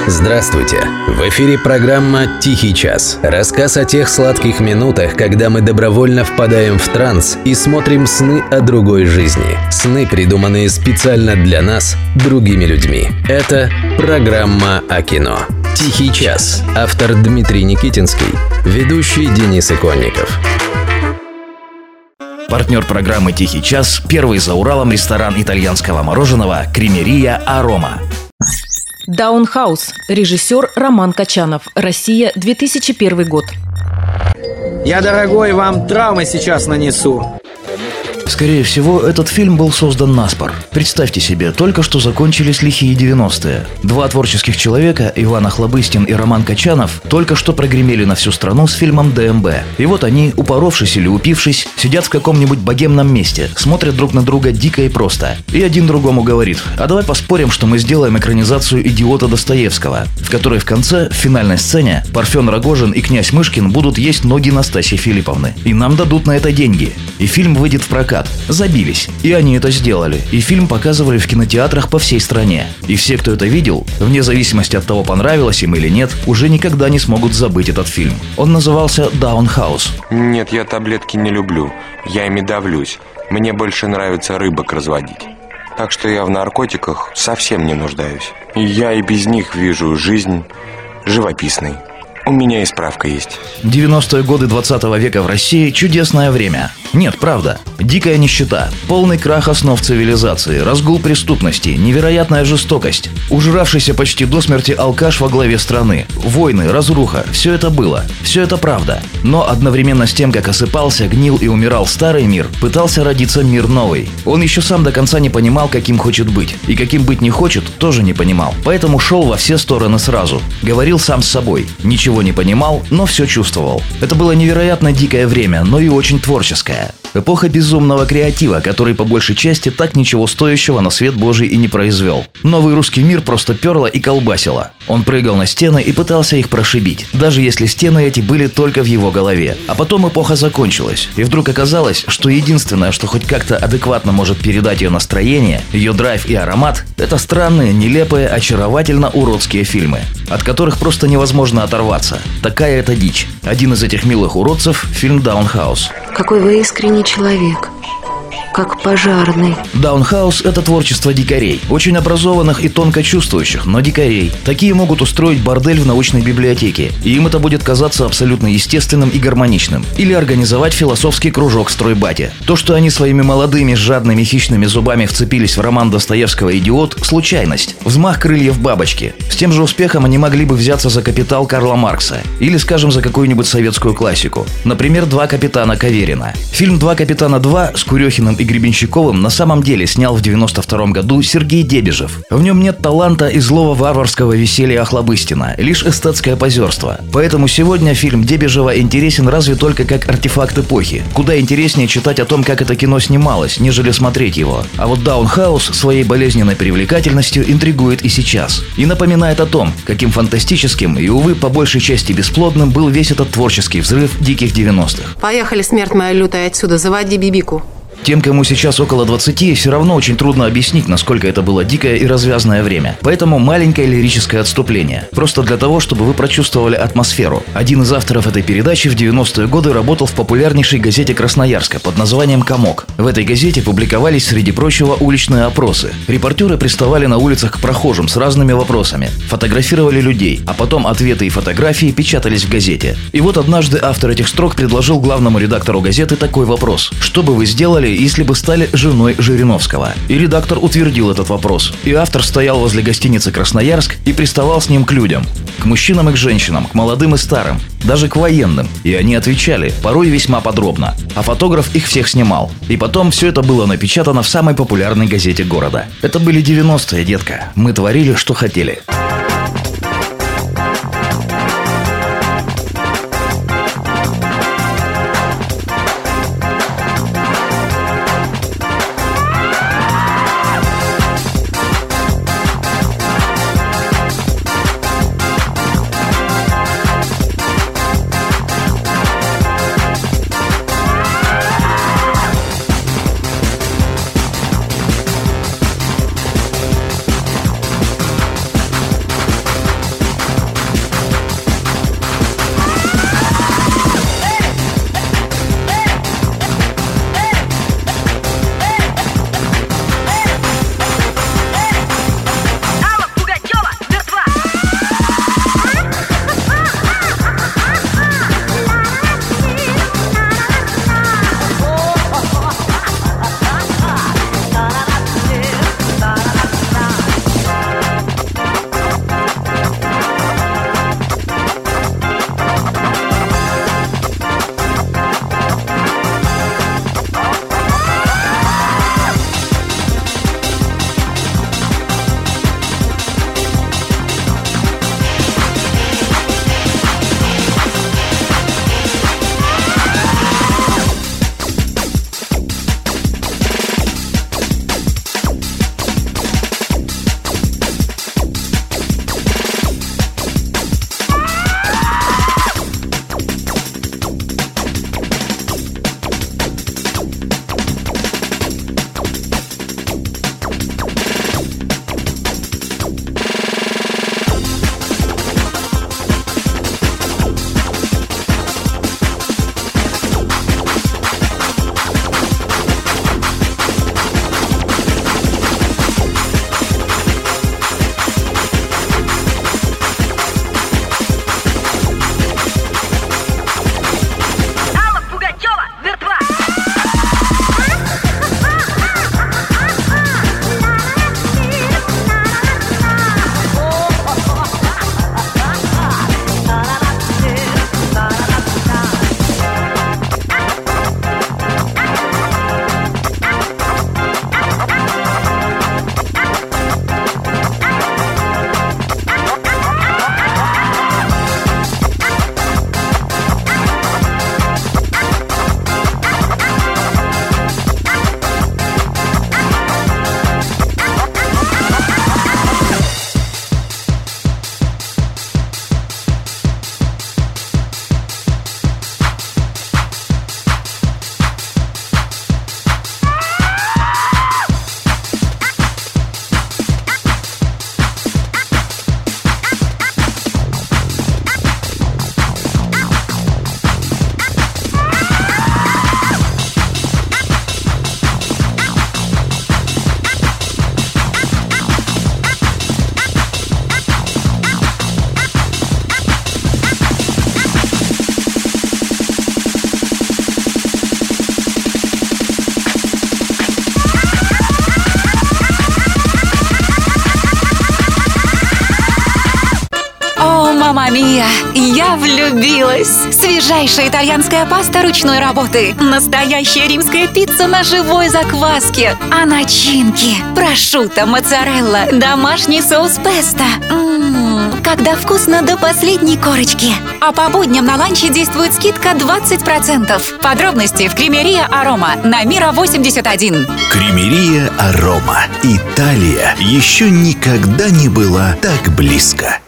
Здравствуйте! В эфире программа «Тихий час». Рассказ о тех сладких минутах, когда мы добровольно впадаем в транс и смотрим сны о другой жизни. Сны, придуманные специально для нас, другими людьми. Это программа о кино. «Тихий час». Автор Дмитрий Никитинский. Ведущий Денис Иконников. Партнер программы «Тихий час» – первый за Уралом ресторан итальянского мороженого «Кремерия Арома». «Даунхаус». Режиссер Роман Качанов. Россия, 2001 год. Я, дорогой, вам травмы сейчас нанесу. Скорее всего, этот фильм был создан наспор. Представьте себе, только что закончились лихие 90-е. Два творческих человека, Иван Охлобыстин и Роман Качанов, только что прогремели на всю страну с фильмом «ДМБ». И вот они, упоровшись или упившись, сидят в каком-нибудь богемном месте, смотрят друг на друга дико и просто. И один другому говорит: а давай поспорим, что мы сделаем экранизацию «Идиота» Достоевского, в которой в конце, в финальной сцене, Парфен Рогожин и князь Мышкин будут есть ноги Настасьи Филипповны. И нам дадут на это деньги. И фильм выйдет в прокат. Забились. И они это сделали. И фильм показывали в кинотеатрах по всей стране. И все, кто это видел, вне зависимости от того, понравилось им или нет, уже никогда не смогут забыть этот фильм. Он назывался «Даунхаус». Нет, я таблетки не люблю. Я ими давлюсь. Мне больше нравится рыбок разводить. Так что я в наркотиках совсем не нуждаюсь. И я и без них вижу жизнь живописной. У меня и справка есть. 90-е годы 20 века в России – чудесное время. Нет, правда. Дикая нищета, полный крах основ цивилизации, разгул преступности, невероятная жестокость, ужравшийся почти до смерти алкаш во главе страны, войны, разруха – все это было, все это правда. Но одновременно с тем, как осыпался, гнил и умирал старый мир, пытался родиться мир новый. Он еще сам до конца не понимал, каким хочет быть. И каким быть не хочет, тоже не понимал. Поэтому шел во все стороны сразу. Говорил сам с собой. Ничего не понимал, но все чувствовал. Это было невероятно дикое время, но и очень творческое. Эпоха безумного креатива, который по большей части так ничего стоящего на свет Божий и не произвел. Новый русский мир просто перло и колбасило. Он прыгал на стены и пытался их прошибить, даже если стены эти были только в его голове. А потом эпоха закончилась, и вдруг оказалось, что единственное, что хоть как-то адекватно может передать ее настроение, ее драйв и аромат, это странные, нелепые, очаровательно уродские фильмы, от которых просто невозможно оторваться. Такая это дичь. Один из этих милых уродцев – фильм «Даунхаус». Какой вы искренний человек. Как пожарный. «Даунхаус» — это творчество дикарей. Очень образованных и тонко чувствующих, но дикарей. Такие могут устроить бордель в научной библиотеке, и им это будет казаться абсолютно естественным и гармоничным. Или организовать философский кружок в стройбате. То, что они своими молодыми, жадными, хищными зубами вцепились в роман Достоевского «Идиот» — случайность. Взмах крыльев бабочки. С тем же успехом они могли бы взяться за «Капитал» Карла Маркса. Или, скажем, за какую-нибудь советскую классику. Например, «Два капитана» Каверина. Фильм «Два капитана 2» с Курехиным и Гребенщиковым на самом деле снял в 92 году Сергей Дебежев. В нем нет таланта и злого варварского веселья Охлобыстина, лишь эстетское позерство. Поэтому сегодня фильм Дебежева интересен разве только как артефакт эпохи. Куда интереснее читать о том, как это кино снималось, нежели смотреть его. А вот «Даунхаус» своей болезненной привлекательностью интригует и сейчас. И напоминает о том, каким фантастическим и, увы, по большей части бесплодным был весь этот творческий взрыв диких 90-х. Поехали, смерть моя лютая, отсюда, заводи Бибику. Тем, кому сейчас около 20, все равно очень трудно объяснить, насколько это было дикое и развязное время. Поэтому маленькое лирическое отступление. Просто для того, чтобы вы прочувствовали атмосферу. Один из авторов этой передачи в 90-е годы работал в популярнейшей газете Красноярска под названием «Комок». В этой газете публиковались, среди прочего, уличные опросы. Репортеры приставали на улицах к прохожим с разными вопросами, фотографировали людей, а потом ответы и фотографии печатались в газете. И вот однажды автор этих строк предложил главному редактору газеты такой вопрос: что бы вы сделали, если бы стали женой Жириновского? И редактор утвердил этот вопрос. И автор стоял возле гостиницы «Красноярск» и приставал с ним к людям. К мужчинам и к женщинам, к молодым и старым, даже к военным. И они отвечали, порой весьма подробно. А фотограф их всех снимал. И потом все это было напечатано в самой популярной газете города. Это были 90-е, детка. Мы творили, что хотели. Мамма мия, я влюбилась. Свежайшая итальянская паста ручной работы. Настоящая римская пицца на живой закваске. А начинки? Прошутто, моцарелла, домашний соус песто. Когда вкусно до последней корочки. А по будням на ланче действует скидка 20%. Подробности в Кримерия Арома на Мира 81. Кримерия Арома. Италия еще никогда не была так близко.